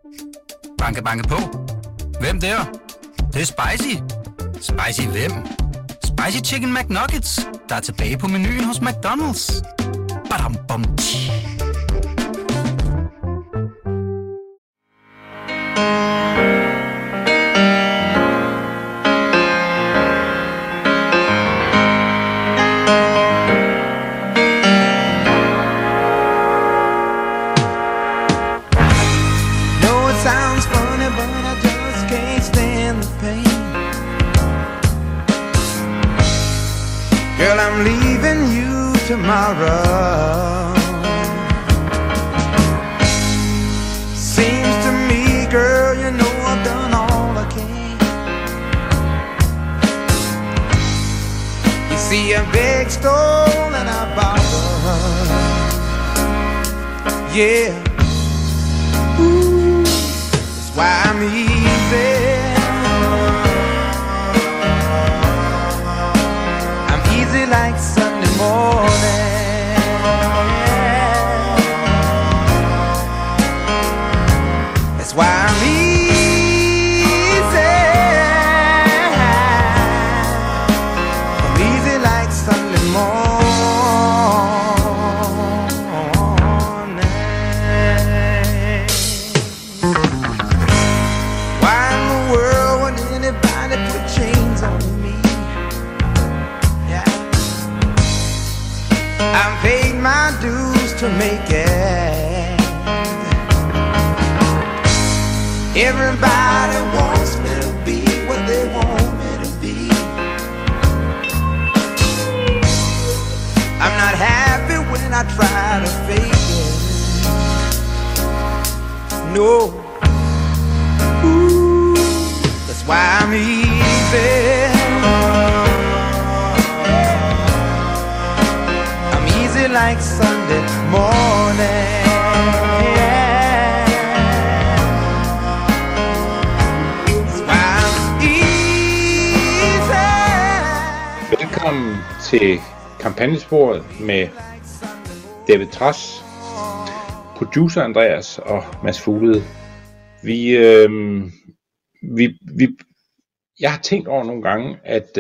Banke, banke på. Hvem der? Det er spicy. Spicy hvem? Spicy Chicken McNuggets, der er tilbage på menuen hos McDonald's. Badum, bom, tji. Girl, I'm leaving you tomorrow. Seems to me, girl, you know I've done all I can. You see, I begged, stole, and I borrowed. Yeah. Ooh, that's why I'm easy. Like Sunday morning. That's why I'm easy. I'm easy like Sunday morning. Why in the world would anybody put chains on me? I've paid my dues to make it. Everybody wants me to be what they want me to be. I'm not happy when I try to fake it. No. Ooh, that's why I'm easy. Like Sunday morning. Velkommen til kampagnesporet med David Trads, producer Andreas og Mads Fuglede. Jeg har tænkt over nogle gange, at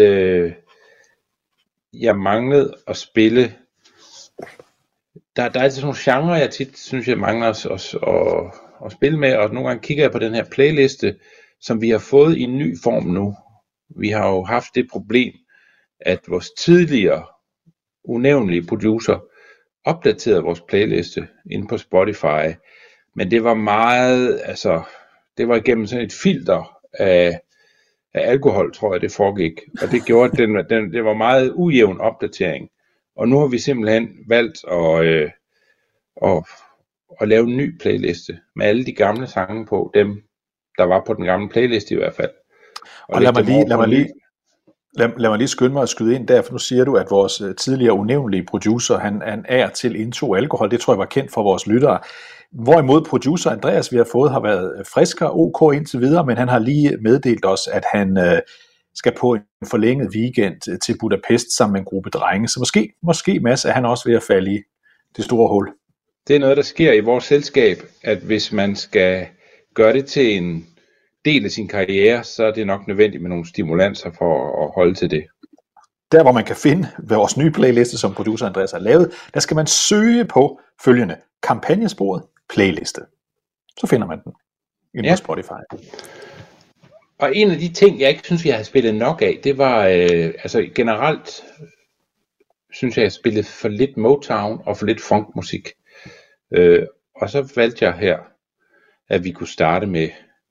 jeg manglede at spille. Der er altid sådan nogle genrer, jeg tit synes, jeg mangler at spille med, og nogle gange kigger jeg på den her playliste, som vi har fået i en ny form nu. Vi har jo haft det problem, at vores tidligere unævnlige producer opdaterede vores playliste inde på Spotify, men det var meget, det var igennem sådan et filter af alkohol, tror jeg det foregik, og det gjorde, at det var meget ujævn opdatering. Og nu har vi simpelthen valgt at lave en ny playliste med alle de gamle sange på, dem der var på den gamle playliste i hvert fald. Og lad mig lige skynde mig at skyde ind der, for nu siger du, at vores tidligere unævnlige producer, han er til indtog alkohol. Det tror jeg var kendt for vores lyttere. Hvorimod producer Andreas, vi har fået, har været frisk og ok indtil videre, men han har lige meddelt os, at han skal på en forlænget weekend til Budapest sammen med en gruppe drenge. Så måske Mads, er han også ved at falde i det store hul. Det er noget, der sker i vores selskab, at hvis man skal gøre det til en del af sin karriere, så er det nok nødvendigt med nogle stimulanser for at holde til det. Der, hvor man kan finde vores nye playliste, som producer Andreas har lavet, der skal man søge på følgende: kampagnesporet playliste. Så finder man den inde på Spotify. Og en af de ting, jeg ikke synes, vi har spillet nok af, det var, generelt synes jeg har spillet for lidt Motown og for lidt funkmusik. Og så valgte jeg her, at vi kunne starte med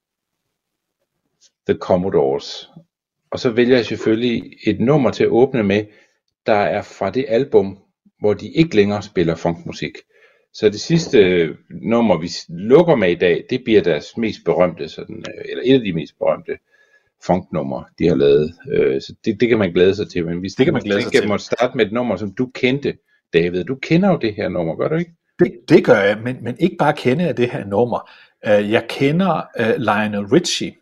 The Commodores. Og så vælger jeg selvfølgelig et nummer til at åbne med, der er fra det album, hvor de ikke længere spiller funkmusik. Så det sidste nummer, vi lukker med i dag, det bliver deres mest berømte, eller et af de mest berømte funknumre, de har lavet. Så det kan man glæde sig til. Men det kan man glæde sig til. Jeg må starte med et nummer, som du kendte, David. Du kender jo det her nummer, gør du ikke? Det gør jeg, men ikke bare kende af det her nummer. Jeg kender Lionel Richie,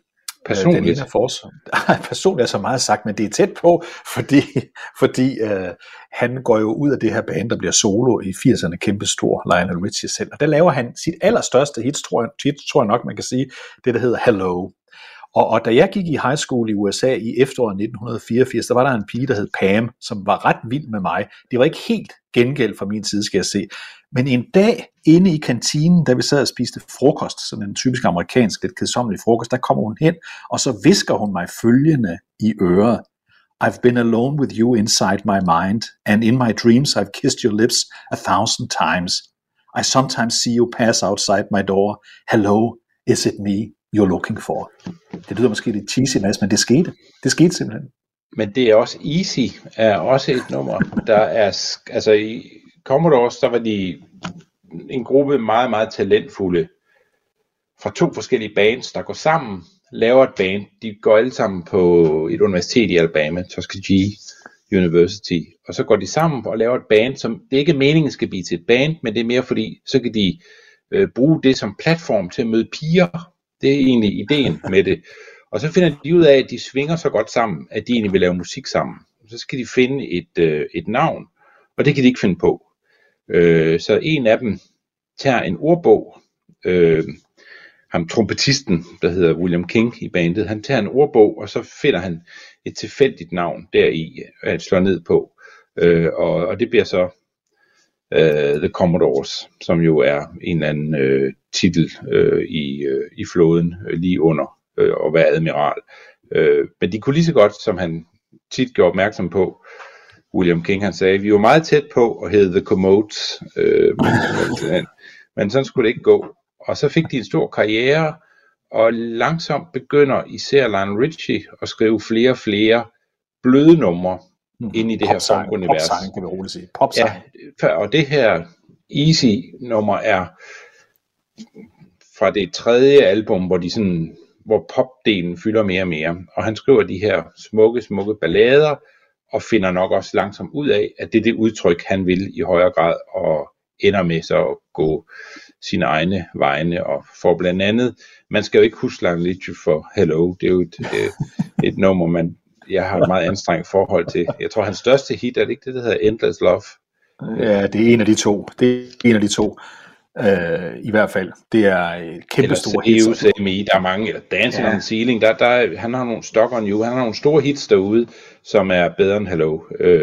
Personligt? Personligt er så meget sagt, men det er tæt på, fordi han går jo ud af det her band, der bliver solo i 80'erne, kæmpestor, Lionel Richie selv. Og der laver han sit allerstørste hit, tror jeg nok, man kan sige, det der hedder Hello. Og da jeg gik i high school i USA i efteråret 1984, der var der en pige, der hed Pam, som var ret vild med mig. Det var ikke helt gengæld fra min side, skal jeg se. Men en dag inde i kantinen, da vi sad og spiste frokost, sådan en typisk amerikansk, lidt kedsommelig frokost, der kommer hun hen, og så visker hun mig følgende i øret. I've been alone with you inside my mind, and in my dreams I've kissed your lips 1,000 times. I sometimes see you pass outside my door. Hello, is it me you're looking for? Det lyder måske lidt cheesy, men det skete. Det skete simpelthen. Men det er også Easy, er også et nummer, der er, altså i Commodores, der var de en gruppe meget, meget talentfulde fra 2 forskellige bands, der går sammen, laver et band. De går alle sammen på et universitet i Alabama, Tuskegee University, og så går de sammen og laver et band, som det ikke er meningen skal blive til et band, men det er mere fordi, så kan de bruge det som platform til at møde piger. Det er egentlig ideen med det. Og så finder de ud af, at de svinger så godt sammen, at de egentlig vil lave musik sammen. Så skal de finde et navn, og det kan de ikke finde på. Så en af dem tager en ordbog, ham trompetisten, der hedder William King i bandet, han tager en ordbog, og så finder han et tilfældigt navn deri, at slå ned på. Og det bliver så The Commodores, som jo er en eller anden titel i flåden lige under at være admiral. Men de kunne lige så godt, som han tit gjorde opmærksom på, William King, han sagde, vi var meget tæt på at hedde The Commodes, men sådan skulle det ikke gå. Og så fik de en stor karriere, og langsomt begynder især Lionel Richie at skrive flere og flere bløde numre ind i det her song-univers. Popsang, kan vi roligt sige. Popsang. Ja, og det her Easy-nummer er fra det 3. album, hvor popdelen fylder mere og mere. Og han skriver de her smukke ballader, og finder nok også langsomt ud af, at det er det udtryk, han vil i højere grad, og ender med så at gå sine egne vegne, og for blandt andet, man skal jo ikke huske Lionel Richie for Hello, det er jo et nummer, jeg har et meget anstrengt forhold til. Jeg tror, hans største hit, er det ikke det, der hedder Endless Love? Ja, det er en af de to. I hvert fald. Det er et kæmpe store hits. Der er mange, eller Dancing on the Ceiling, han har nogle Stuck on You, han har nogle store hits derude, som er bedre end Hello.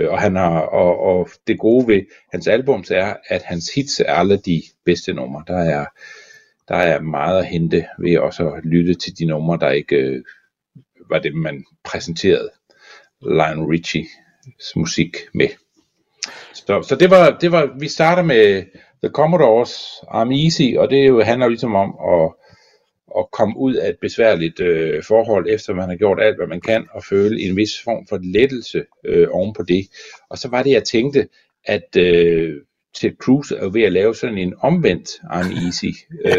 Og det gode ved hans albums er, at hans hits er aldrig de bedste numre. Der er meget at hente ved også at lytte til de numre, der ikke var det, man præsenterede Lionel Richies musik med. Så det var, vi starter med The Commodores, I'm Easy, og det handler jo ligesom om at komme ud af et besværligt forhold, efter man har gjort alt, hvad man kan, og føle en vis form for lettelse oven på det. Og så var det, jeg tænkte, at Ted Cruz er jo ved at lave sådan en omvendt I'm Easy,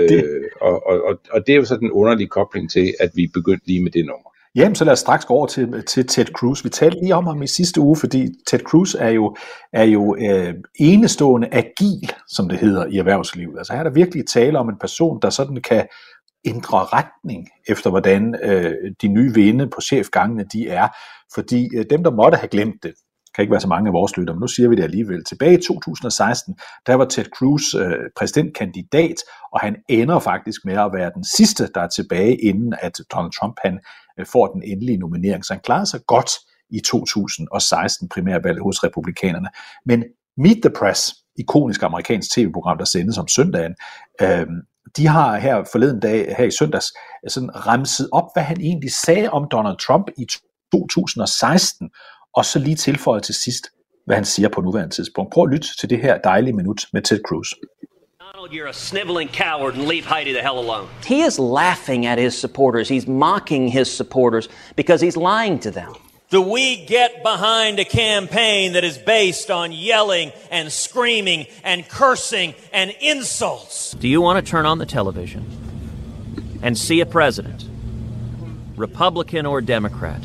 og det er jo sådan en underlig kobling til, at vi begyndte lige med det nummer. Jamen, så lad os straks gå over til Ted Cruz. Vi talte lige om ham i sidste uge, fordi Ted Cruz er jo enestående agil, som det hedder i erhvervslivet. Altså her er der virkelig tale om en person, der sådan kan ændre retning efter, hvordan de nye vinde på chefgangene de er. Fordi dem, der måtte have glemt det, kan ikke være så mange af vores lyttere, men nu siger vi det alligevel. Tilbage i 2016, der var Ted Cruz præsidentkandidat, og han ender faktisk med at være den sidste, der er tilbage, inden at Donald Trump han får den endelige nominering. Så han klarede sig godt i 2016 primærvalget hos republikanerne. Men Meet the Press, ikonisk amerikansk tv-program, der sendes om søndagen, de har her forleden dag, her i søndags, sådan remset op, hvad han egentlig sagde om Donald Trump i 2016, og så lige tilføjet til sidst, hvad han siger på nuværende tidspunkt. Prøv at lytte til det her dejlige minut med Ted Cruz. You're a sniveling coward and leave Heidi the hell alone. He is laughing at his supporters. He's mocking his supporters because he's lying to them. Do we get behind a campaign that is based on yelling and screaming and cursing and insults? Do you want to turn on the television and see a president, Republican or Democrat,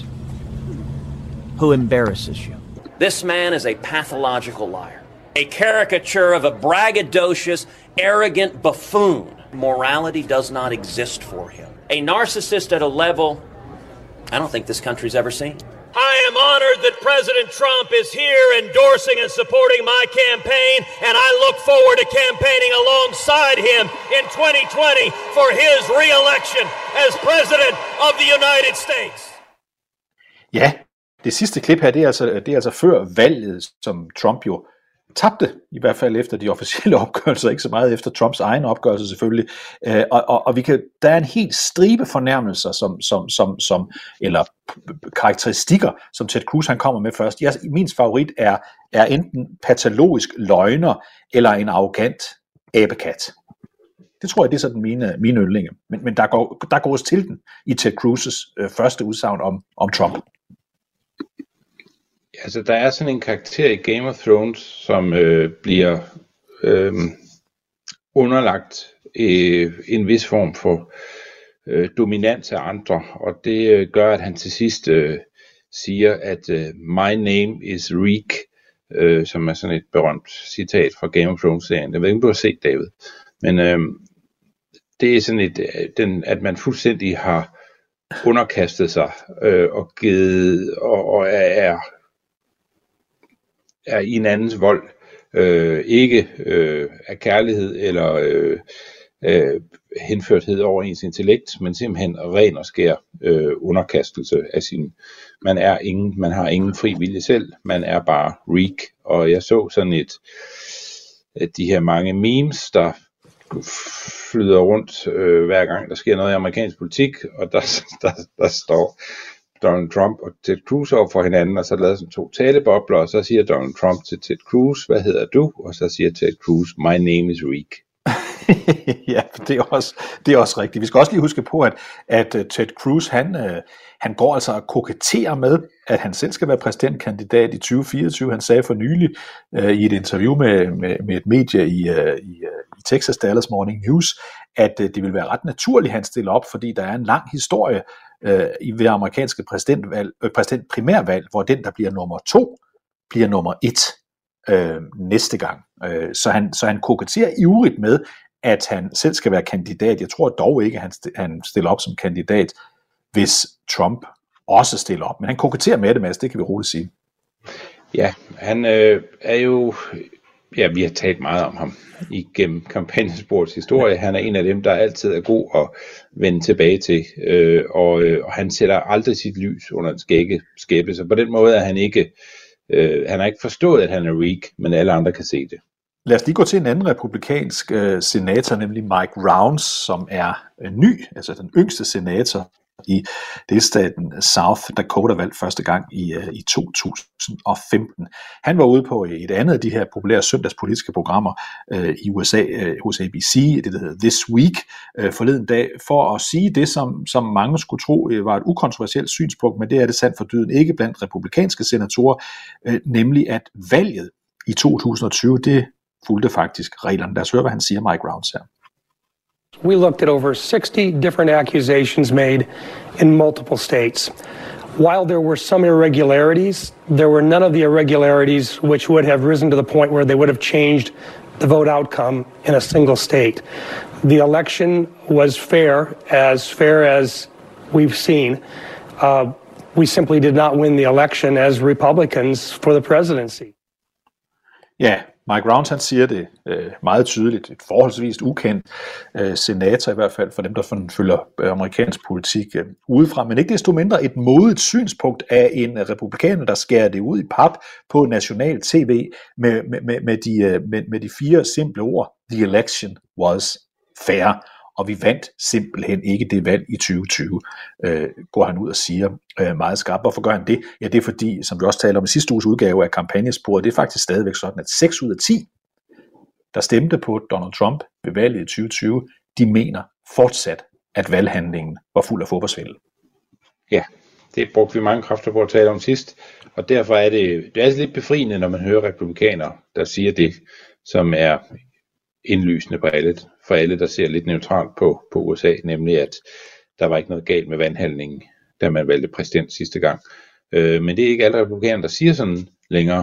who embarrasses you? This man is a pathological liar. A caricature of a braggadocious, arrogant buffoon. Morality does not exist for him. A narcissist at a level I don't think this country's ever seen. I am honored that President Trump is here endorsing and supporting my campaign, and I look forward to campaigning alongside him in 2020 for his re-election as President of the United States. Ja, det sidste klip her, det er altså før valget, som Trump jo tabte, i hvert fald efter de officielle opgørelser, ikke så meget efter Trumps egen opgørelse selvfølgelig, og der er en helt stribe fornærmelser, som eller karakteristikker, som Ted Cruz han kommer med først. Min favorit er enten patologisk løgner, eller en arrogant abekat. Det tror jeg, det er sådan mine yndlinge. Men der gås til den i Ted Cruz's første udsagn om Trump. Altså, der er sådan en karakter i Game of Thrones, som bliver underlagt en vis form for dominans af andre, og det gør, at han til sidst siger, at my name is Reek, som er sådan et berømt citat fra Game of Thrones-serien. Jeg ved ikke, om du har set, David, men det er sådan at man fuldstændig har underkastet sig og givet og er i en andens vold, ikke af kærlighed eller henførthed over ens intellekt, men simpelthen ren og skær underkastelse af sin. Man har ingen fri vilje selv, man er bare Reek. Og jeg så sådan de her mange memes, der flyder rundt hver gang der sker noget i amerikansk politik, og der står Donald Trump og Ted Cruz over for hinanden, og så lavet sådan 2 talebobler, og så siger Donald Trump til Ted Cruz, hvad hedder du? Og så siger Ted Cruz, my name is Reek. Ja, det er også rigtigt. Vi skal også lige huske på, at Ted Cruz, han går altså og koketterer med, at han selv skal være præsidentkandidat i 2024. Han sagde for nylig i et interview med et medie i Texas Dallas Morning News, at det vil være ret naturligt, at han stiller op, fordi der er en lang historie ved amerikanske præsidentprimærvalg, hvor den, der bliver nummer 2, bliver nummer 1 næste gang. Så han koketterer ivrigt med, at han selv skal være kandidat. Jeg tror dog ikke, at han stiller op som kandidat, hvis Trump også stiller op. Men han koketterer med det, Mads, det kan vi roligt sige. Ja, han er jo... Ja, vi har talt meget om ham igennem kampagnesporets historie. Han er en af dem, der altid er god at vende tilbage til, og han sætter aldrig sit lys under en skæppe, så på den måde er han ikke, han har ikke forstået, at han er Reek, men alle andre kan se det. Lad os lige gå til en anden republikansk senator, nemlig Mike Rounds, som er ny, altså den yngste senator i delstaten South Dakota, valgt første gang i 2015. Han var ude på et andet af de her populære søndagspolitiske programmer i USA, hos ABC, det der hedder This Week, forleden dag, for at sige det, som mange skulle tro var et ukontroversielt synspunkt, men det er det sandt for dyden ikke blandt republikanske senatorer, nemlig at valget i 2020, det fulgte faktisk reglerne. Lad os høre, hvad han siger, Mike Rounds her. We looked at over 60 different accusations made in multiple states. While there were some irregularities, there were none of the irregularities which would have risen to the point where they would have changed the vote outcome in a single state. The election was fair as we've seen. We simply did not win the election as Republicans for the presidency. Ja, Mike Rounds, han siger det meget tydeligt, et forholdsvis ukendt senator, i hvert fald for dem, der følger amerikansk politik udefra, men ikke desto mindre et modigt synspunkt af en republikaner, der skærer det ud i pap på national tv med de 4 simple ord: The election was fair. Og vi vandt simpelthen ikke det valg i 2020, går han ud og siger meget skarpt. Hvorfor gør han det? Ja, det er fordi, som vi også talte om i sidste uges udgave af kampagnesporet, det er faktisk stadigvæk sådan, at 6 ud af 10, der stemte på Donald Trump ved valget i 2020, de mener fortsat, at valghandlingen var fuld af fodboldsvindel. Ja, det brugte vi mange kræfter på at tale om sidst, og derfor er det er altså lidt befriende, når man hører republikanere, der siger det, som er indlysende for alle, der ser lidt neutralt på USA, nemlig at der var ikke noget galt med valghandlingen, da man valgte præsident sidste gang. Men det er ikke alle republikanere, der siger sådan længere,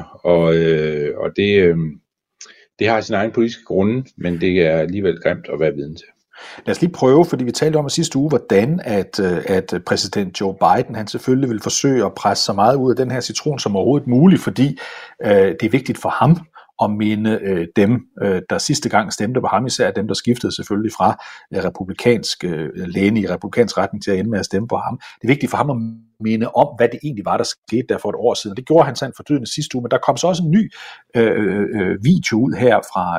og det har sin egen politiske grunde, men det er alligevel grimt at være viden til. Lad os lige prøve, fordi vi talte om sidste uge, hvordan at præsident Joe Biden, han selvfølgelig vil forsøge at presse så meget ud af den her citron som overhovedet muligt, fordi det er vigtigt for ham at minde dem, der sidste gang stemte på ham, især dem, der skiftede selvfølgelig fra republikansk læne i republikansk retning til at ende med at stemme på ham. Det er vigtigt for ham at minde om, hvad det egentlig var, der skete der for et år siden. Det gjorde han sandt fordydende sidste uge, men der kom så også en ny video ud her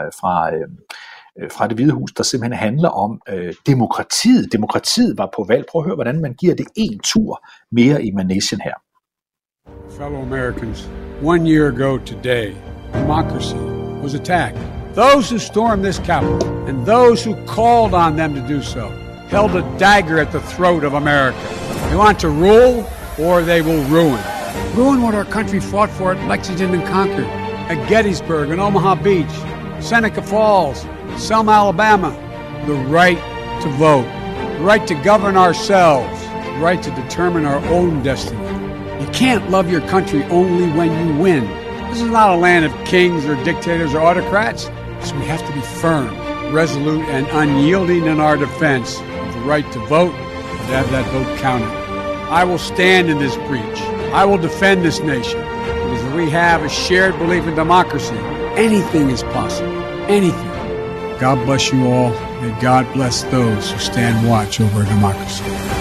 fra Det Hvide Hus, der simpelthen handler om demokratiet. Demokratiet var på valg. Prøv at høre, hvordan man giver det en tur mere i Manation her. Fellow Americans, 1 year ago today, democracy was attacked. Those who stormed this Capitol and those who called on them to do so held a dagger at the throat of America. They want to rule or they will ruin. Ruin what our country fought for at Lexington and Concord, at Gettysburg and Omaha Beach, Seneca Falls, Selma, Alabama. The right to vote, the right to govern ourselves, the right to determine our own destiny. You can't love your country only when you win. This is not a land of kings or dictators or autocrats, so we have to be firm, resolute, and unyielding in our defense of the right to vote and have that vote counted. I will stand in this breach. I will defend this nation because we have a shared belief in democracy. Anything is possible. Anything. God bless you all. May God bless those who stand watch over democracy.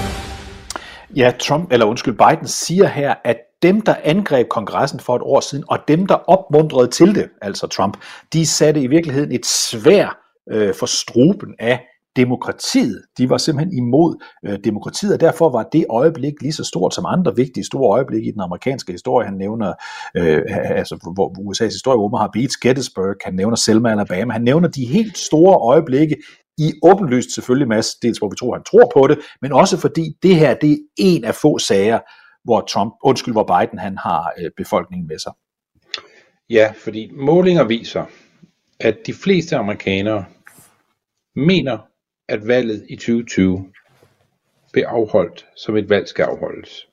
Ja, Biden siger her, at dem, der angreb kongressen for et år siden, og dem, der opmuntrede til det, altså Trump, de satte i virkeligheden et sværd for struben af demokratiet. De var simpelthen imod demokratiet, og derfor var det øjeblik lige så stort som andre vigtige store øjeblikke i den amerikanske historie. Han nævner hvor USA's historie, Omaha Beach, Gettysburg, han nævner Selma, Alabama, han nævner de helt store øjeblikke i åbenlyst selvfølgelig masse, dels hvor vi tror, han tror på det, men også fordi det her, det er en af få sager, hvor Biden han har befolkningen med sig. Ja, fordi målinger viser, at de fleste amerikanere mener, at valget i 2020 bliver afholdt, som et valg skal afholdes.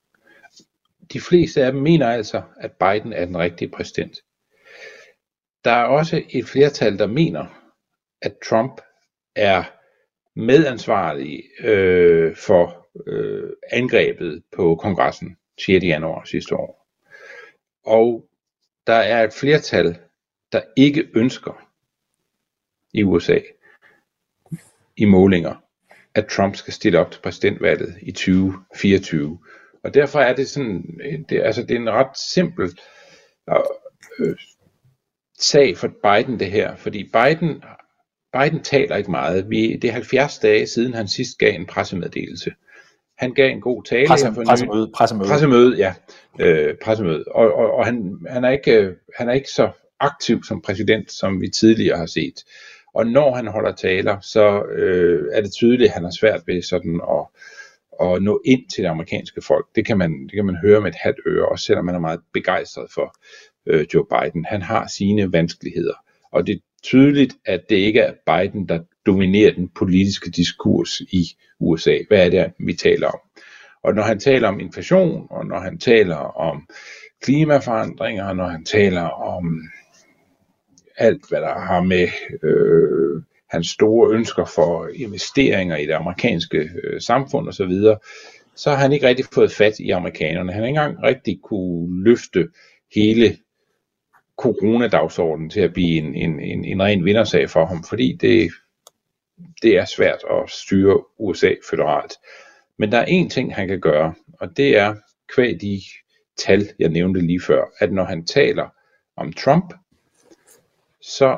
De fleste af dem mener altså, at Biden er den rigtige præsident. Der er også et flertal, der mener, at Trump er medansvarlig for angrebet på kongressen 6. januar sidste år. Og der er et flertal, der ikke ønsker i USA i målinger, at Trump skal stille op til præsidentvalget i 2024. Og derfor er det sådan, det er en ret simpel sag for Biden det her, fordi Biden taler ikke meget. Det er 70 dage siden han sidst gav en pressemeddelelse. Han gav en god tale. Pressemøde, ja. Pressemøde. Og han er ikke så aktiv som præsident, som vi tidligere har set. Og når han holder taler, så er det tydeligt, at han har svært ved sådan at nå ind til det amerikanske folk. Det kan man høre med et halvt øre, også selvom man er meget begejstret for Joe Biden. Han har sine vanskeligheder. Og det er tydeligt, at det ikke er Biden, der dominerer den politiske diskurs i USA. Hvad er det, vi taler om? Og når han taler om inflation, og når han taler om klimaforandringer, og når han taler om alt, hvad der har med hans store ønsker for investeringer i det amerikanske samfund osv., så har han ikke rigtig fået fat i amerikanerne. Han har ikke engang rigtig kunne løfte hele coronadagsordenen til at blive en ren vindersag for ham, fordi det er svært at styre USA føderalt. Men der er én ting, han kan gøre, og det er kvæg de tal, jeg nævnte lige før, at når han taler om Trump, så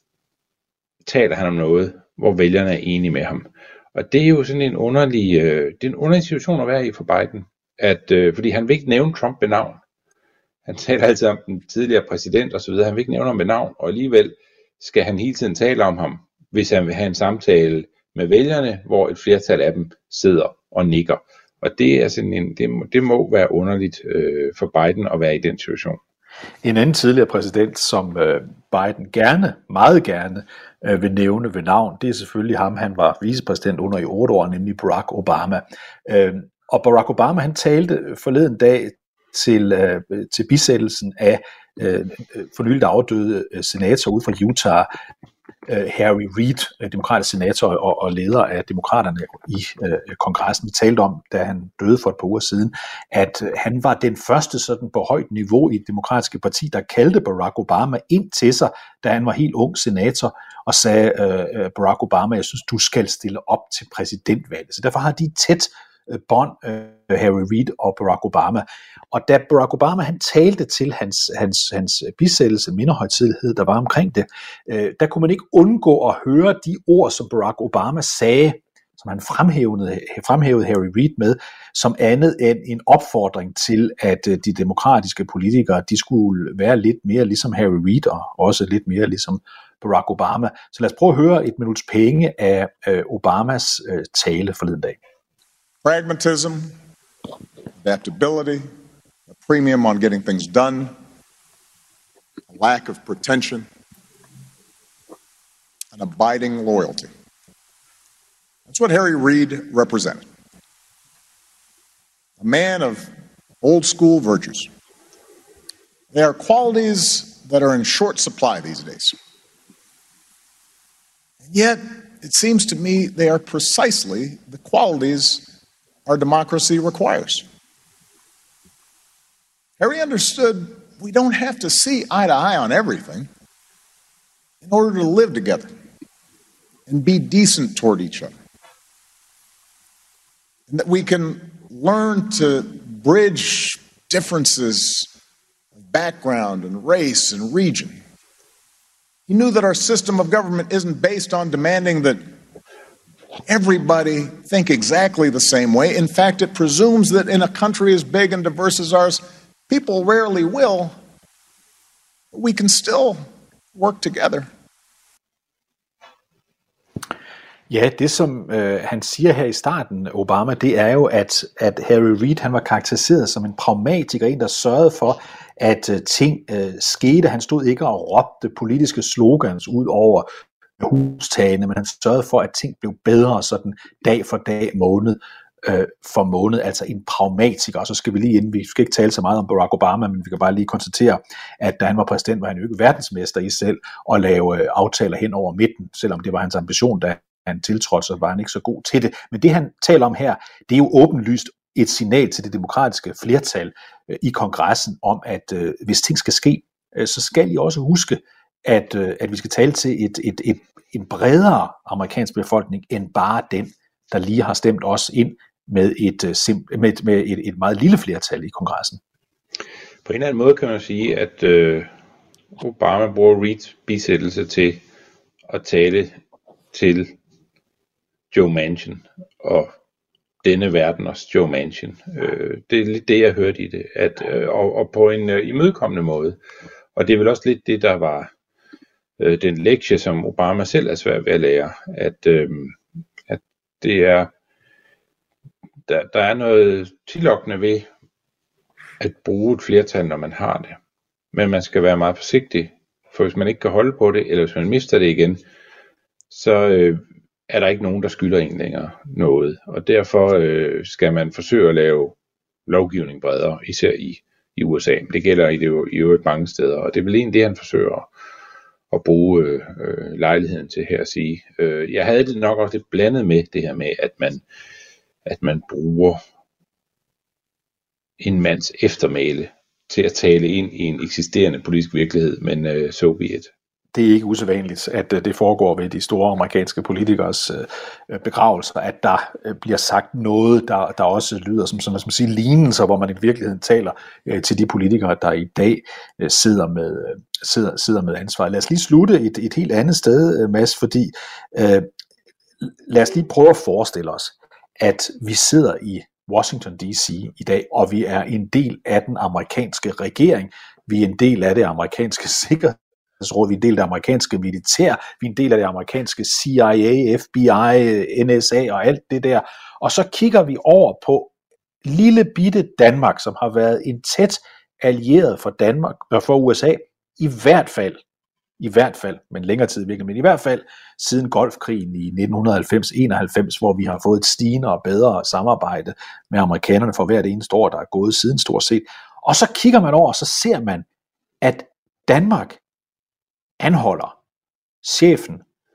taler han om noget, hvor vælgerne er enige med ham. Og det er jo sådan en underlig situation at være i for Biden, fordi han vil ikke nævne Trump ved navn. Han taler altid om den tidligere præsident og så videre. Han vil ikke nævne ham ved navn, og alligevel skal han hele tiden tale om ham, hvis han vil have en samtale med vælgerne, hvor et flertal af dem sidder og nikker. Og det er sådan det må være underligt for Biden at være i den situation. En anden tidligere præsident, som Biden meget gerne vil nævne ved navn, det er selvfølgelig ham. Han var vicepræsident under i 8 år, nemlig Barack Obama. Og Barack Obama, han talte forleden dag til bisættelsen af for nyligt afdøde senator ude fra Utah, Harry Reid, demokratisk senator og leder af demokraterne i kongressen. Vi talte om, da han døde for et par uger siden, at han var den første sådan på højt niveau i det demokratiske parti, der kaldte Barack Obama ind til sig, da han var helt ung senator, og sagde, Barack Obama, jeg synes, du skal stille op til præsidentvalget. Så derfor har de tæt bånd, Harry Reid og Barack Obama. Og da Barack Obama han talte til hans bisættelse, minderhøjtidelighed, der var omkring det, der kunne man ikke undgå at høre de ord, som Barack Obama sagde, som han fremhævede Harry Reid med, som andet end en opfordring til, at de demokratiske politikere, de skulle være lidt mere ligesom Harry Reid, og også lidt mere ligesom Barack Obama. Så lad os prøve at høre et minuts penge af Obamas tale forleden dag. Pragmatism, adaptability, a premium on getting things done, a lack of pretension, an abiding loyalty. That's what Harry Reid represented. A man of old school virtues. They are qualities that are in short supply these days. And yet, it seems to me they are precisely the qualities our democracy requires. Harry understood we don't have to see eye to eye on everything in order to live together and be decent toward each other. And that we can learn to bridge differences of background and race and region. He knew that our system of government isn't based on demanding that everybody think exactly the same way. In fact, it presumes that in a country as big and diverse as ours, people rarely will, but we can still work together. Ja, det som han siger her i starten, Obama, det er jo, at Harry Reid han var karakteriseret som en pragmatiker, en der sørgede for, at ting skete. Han stod ikke og råbte politiske slogans ud over hustagene, men han sørgede for, at ting blev bedre sådan dag for dag, måned for måned, altså en pragmatiker. Og så skal vi lige inden, vi skal ikke tale så meget om Barack Obama, men vi kan bare lige konstatere, at da han var præsident, var han jo ikke verdensmester i selv at lave aftaler hen over midten, selvom det var hans ambition, da han tiltrådte, så var han ikke så god til det. Men det han taler om her, det er jo åbenlyst et signal til det demokratiske flertal i kongressen om, at hvis ting skal ske, så skal I også huske, at vi skal tale til en bredere amerikansk befolkning, end bare den, der lige har stemt os ind med et meget lille flertal i kongressen. På en eller anden måde kan man sige, at Obama bruger Reids bisættelse til at tale til Joe Manchin og denne verdens Joe Manchin. Det er lidt det, jeg hørte i det, og på en imødekommende måde. Og det er vel også lidt det, der var den lektie, som Obama selv er svær ved at lære, at det er, der er noget tillokkende ved at bruge et flertal, når man har det. Men man skal være meget forsigtig, for hvis man ikke kan holde på det, eller hvis man mister det igen, så er der ikke nogen, der skylder en længere noget. Og derfor skal man forsøge at lave lovgivning bredere, især i USA. Det gælder i øvrigt mange steder, og det er vel egentlig det, han forsøger at bruge lejligheden til her at sige. Jeg havde det nok også lidt blandet med det her med, at man bruger en mands eftermæle til at tale ind i en eksisterende politisk virkelighed, men so be it. Det er ikke usædvanligt, at det foregår ved de store amerikanske politikers begravelser, at der bliver sagt noget, der også lyder som man siger, lignelser, hvor man i virkeligheden taler til de politikere, der i dag sidder med ansvar. Lad os lige slutte et helt andet sted, Mads, fordi lad os lige prøve at forestille os, at vi sidder i Washington D.C. i dag, og vi er en del af den amerikanske regering, vi er en del af det amerikanske sikkerhedsråd, vi er en del af det amerikanske militær, vi er en del af det amerikanske CIA, FBI, NSA og alt det der, og så kigger vi over på lille bitte Danmark, som har været en tæt allieret for Danmark og for USA, i hvert fald, men længere tid virkelig, men i hvert fald siden Golfkrigen i 1990-91, hvor vi har fået et stigende og bedre samarbejde med amerikanerne for hvert eneste år, der er gået siden stort set. Og så kigger man over, og så ser man, at Danmark anholder chefen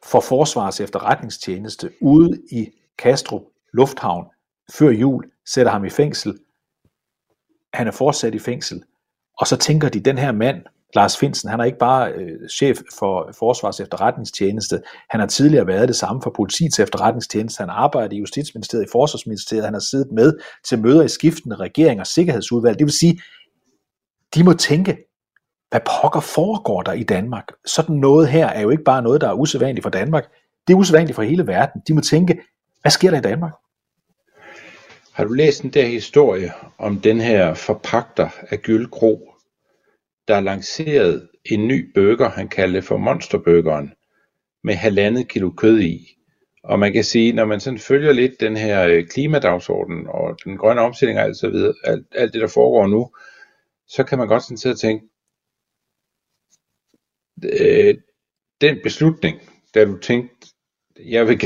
for Forsvarets Efterretningstjeneste ude i Kastrup Lufthavn før jul, sætter ham i fængsel. Han er fortsat i fængsel. Og så tænker de, den her mand, Lars Findsen, han er ikke bare chef for Forsvarets Efterretningstjeneste, han har tidligere været det samme for Politiets Efterretningstjeneste, han arbejder i Justitsministeriet, i Forsvarsministeriet, han har siddet med til møder i skiftende regeringer og sikkerhedsudvalg. Det vil sige, de må tænke, hvad pokker foregår der i Danmark? Sådan noget her er jo ikke bare noget, der er usædvanligt for Danmark. Det er usædvanligt for hele verden. De må tænke, hvad sker der i Danmark? Har du læst den der historie om den her forpagter af Gyll Kro, der lancerede en ny burger, han kaldte for monsterburgeren, med 1,5 kilo kød i? Og man kan sige, når man sådan følger lidt den her klimadagsorden og den grønne omstilling og alt så videre, alt det der foregår nu, så kan man godt sådan sidde og tænke, den beslutning, da du tænkte, jeg vil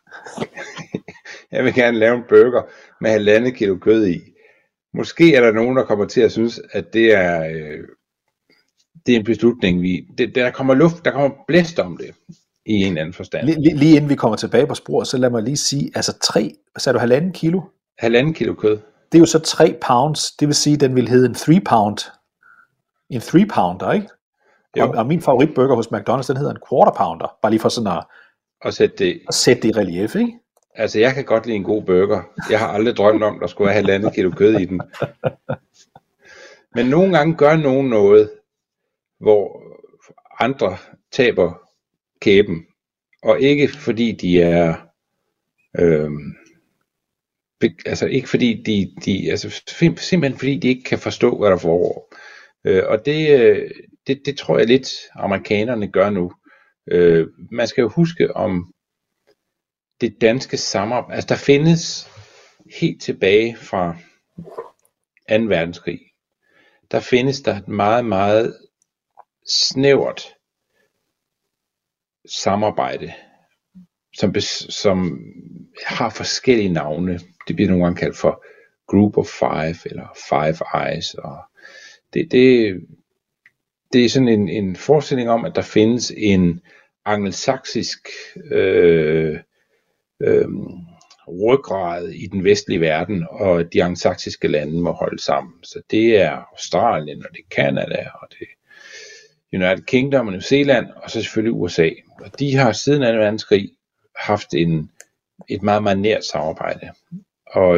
gerne lave en burger med 1,5 kilo kød i. Måske er der nogen, der kommer til at synes, at det er en beslutning, der kommer blæst om det i en eller anden forstand. Lige inden vi kommer tilbage på sporet, så lad mig lige sige, altså så er du 1,5 kilo? 1,5 kilo kød. Det er jo så 3 pounds, det vil sige, at den vil hedde en 3 pound. En 3 pounder, ikke? Og min favoritburger hos McDonald's, den hedder en quarter pounder, bare lige for sådan at sætte det i relief, ikke? Altså, jeg kan godt lide en god burger. Jeg har aldrig drømt om, der skulle være 1,5 kilo kød i den. Men nogle gange gør nogen noget, hvor andre taber kæben. Og ikke fordi de er... ikke fordi de simpelthen fordi de ikke kan forstå, hvad der foregår. Og det tror jeg lidt, amerikanerne gør nu. Man skal jo huske om det danske samarbejde. Altså der findes helt tilbage fra 2. verdenskrig, der findes der et meget, meget snævert samarbejde, som har forskellige navne. Det bliver nogle gange kaldt for Group of Five eller Five Eyes. Og det er sådan en forestilling om, at der findes en angelsaksisk ryggrad i den vestlige verden, og de angelsaksiske lande må holde sammen. Så det er Australien, og det er Canada, og det er United Kingdom og New Zealand, og så selvfølgelig USA. Og de har siden 2. verdenskrig haft et meget, meget nært samarbejde. Og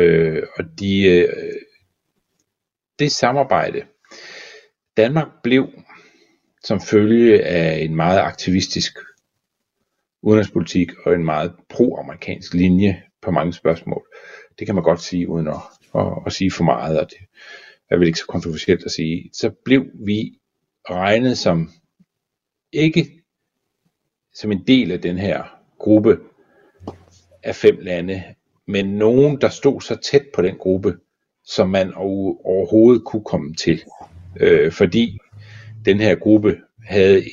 det samarbejde, Danmark blev som følge af en meget aktivistisk udenrigspolitik og en meget pro-amerikansk linje på mange spørgsmål. Det kan man godt sige uden at sige for meget, og det er vel ikke så kontroversielt at sige. Så blev vi regnet som ikke som en del af den her gruppe af 5 lande, men nogen, der stod så tæt på den gruppe, som man overhovedet kunne komme til. Fordi den her gruppe havde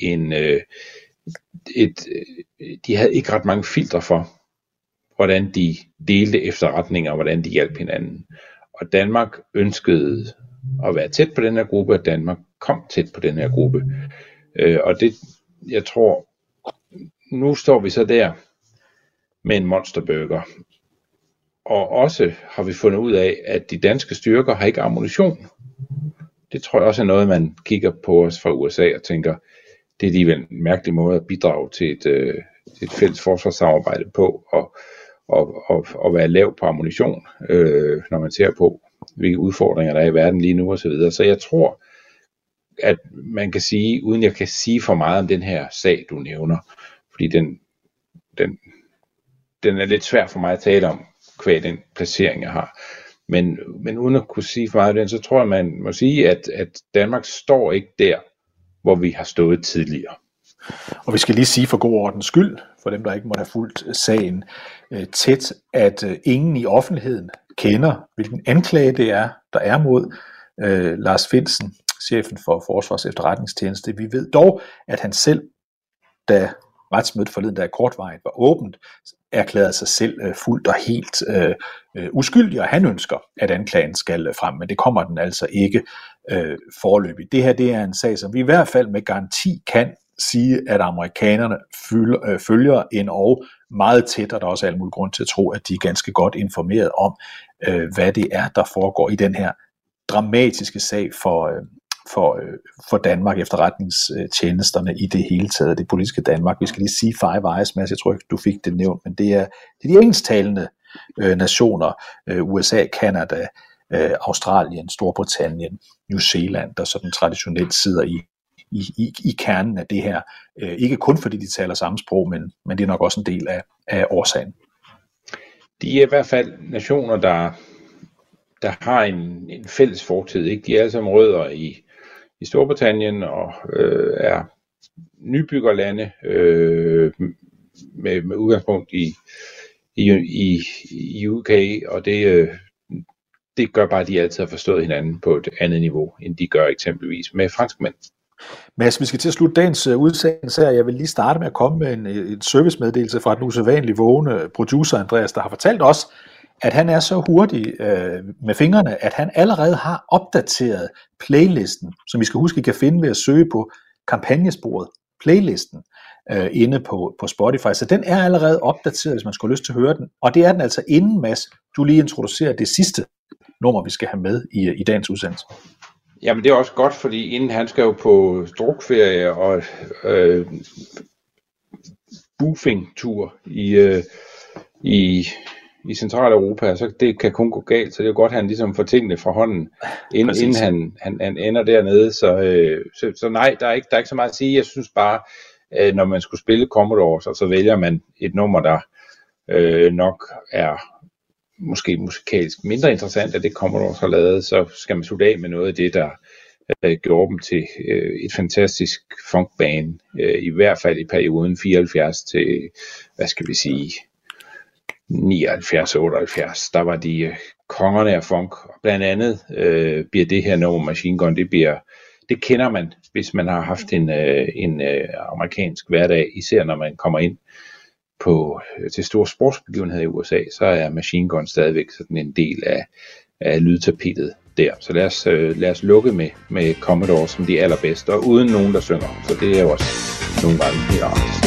de havde ikke ret mange filtre for, hvordan de delte efterretninger, og hvordan de hjalp hinanden. Og Danmark ønskede at være tæt på den her gruppe, og Danmark kom tæt på den her gruppe. Og det, jeg tror, nu står vi så der med en monsterburger. Og også har vi fundet ud af, at de danske styrker har ikke ammunition. Det tror jeg også er noget, man kigger på os fra USA og tænker, det er alligevel en mærkelig måde at bidrage til et fælles forsvarssamarbejde på, og være lav på ammunition, når man ser på, hvilke udfordringer der er i verden lige nu osv. Så jeg tror, at man kan sige, uden jeg kan sige for meget om den her sag, du nævner, fordi den er lidt svær for mig at tale om, hva den placering jeg har. Men uden at kunne sige for meget af den, så tror jeg, man må sige, at Danmark står ikke der, hvor vi har stået tidligere. Og vi skal lige sige for god ordens skyld, for dem, der ikke måtte have fulgt sagen tæt, at ingen i offentligheden kender, hvilken anklage det er, der er mod Lars Findsen, chefen for Forsvars Efterretningstjeneste. Vi ved dog, at han selv, da retsmødet forleden, da kortvarigt var åbent, erklærede sig selv fuldt og helt uskyldig, og han ønsker, at anklagen skal frem, men det kommer den altså ikke foreløbig. Det her, det er en sag, som vi i hvert fald med garanti kan sige, at amerikanerne følger endog meget tæt, og der er også al mulig grund til at tro, at de er ganske godt informeret om, hvad det er, der foregår i den her dramatiske sag for Danmark, efterretningstjenesterne i det hele taget, det politiske Danmark. Vi skal lige sige Five Eyes, Mads, jeg tror ikke, du fik det nævnt, men det er de engelsktalende nationer, USA, Canada, Australien, Storbritannien, New Zealand, der sådan traditionelt sidder i kernen af det her. Ikke kun fordi de taler samme sprog, men det er nok også en del af årsagen. De er i hvert fald nationer, der har en fælles fortid. Ikke? De er alle sammen rødder i Storbritannien og er nybyggerlande med udgangspunkt i UK, og det gør bare, at de altid har forstået hinanden på et andet niveau, end de gør eksempelvis med franskmænd. Mads, vi skal til at slutte dagens udsendelse her. Jeg vil lige starte med at komme med en servicemeddelelse fra den usædvanligt vågne producer Andreas, der har fortalt os, at han er så hurtig med fingrene, at han allerede har opdateret playlisten, som I skal huske, I kan finde ved at søge på kampagnesporet, playlisten, inde på Spotify. Så den er allerede opdateret, hvis man skulle have lyst til at høre den. Og det er den altså inden, Mads, du lige introducerer det sidste nummer, vi skal have med i dagens udsendelse. Jamen det er også godt, fordi inden han skal jo på drukferie og boofing-tur i Centraleuropa, så det kan kun gå galt, så det er jo godt, at han ligesom får tingene fra hånden, inden han ender dernede. Så nej, der er ikke så meget at sige. Jeg synes bare, når man skulle spille Commodore, så vælger man et nummer, der nok er måske musikalsk mindre interessant, at det Commodore har lavet, så skal man slutte af med noget af det, der gjorde dem til et fantastisk funkband, i hvert fald i perioden 74 til, hvad skal vi sige, 79-78, der var de kongerne af funk. Blandt andet bliver det her nummer Machine Gun, det kender man, hvis man har haft en amerikansk hverdag, især når man kommer ind til store sportsbegivenheder i USA, så er Machine Gun stadigvæk sådan en del af lydtapetet der. Så lad os lukke med Commodore som de allerbedste, og uden nogen, der synger. Så det er jo også nogle gange helt anderledes.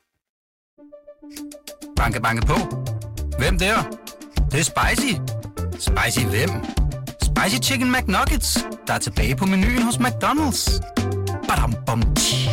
Banke, banke på. Hvem der? Det er spicy. Spicy hvem? Spicy Chicken McNuggets, der er tilbage på menuen hos McDonald's. Badum, bom, tji.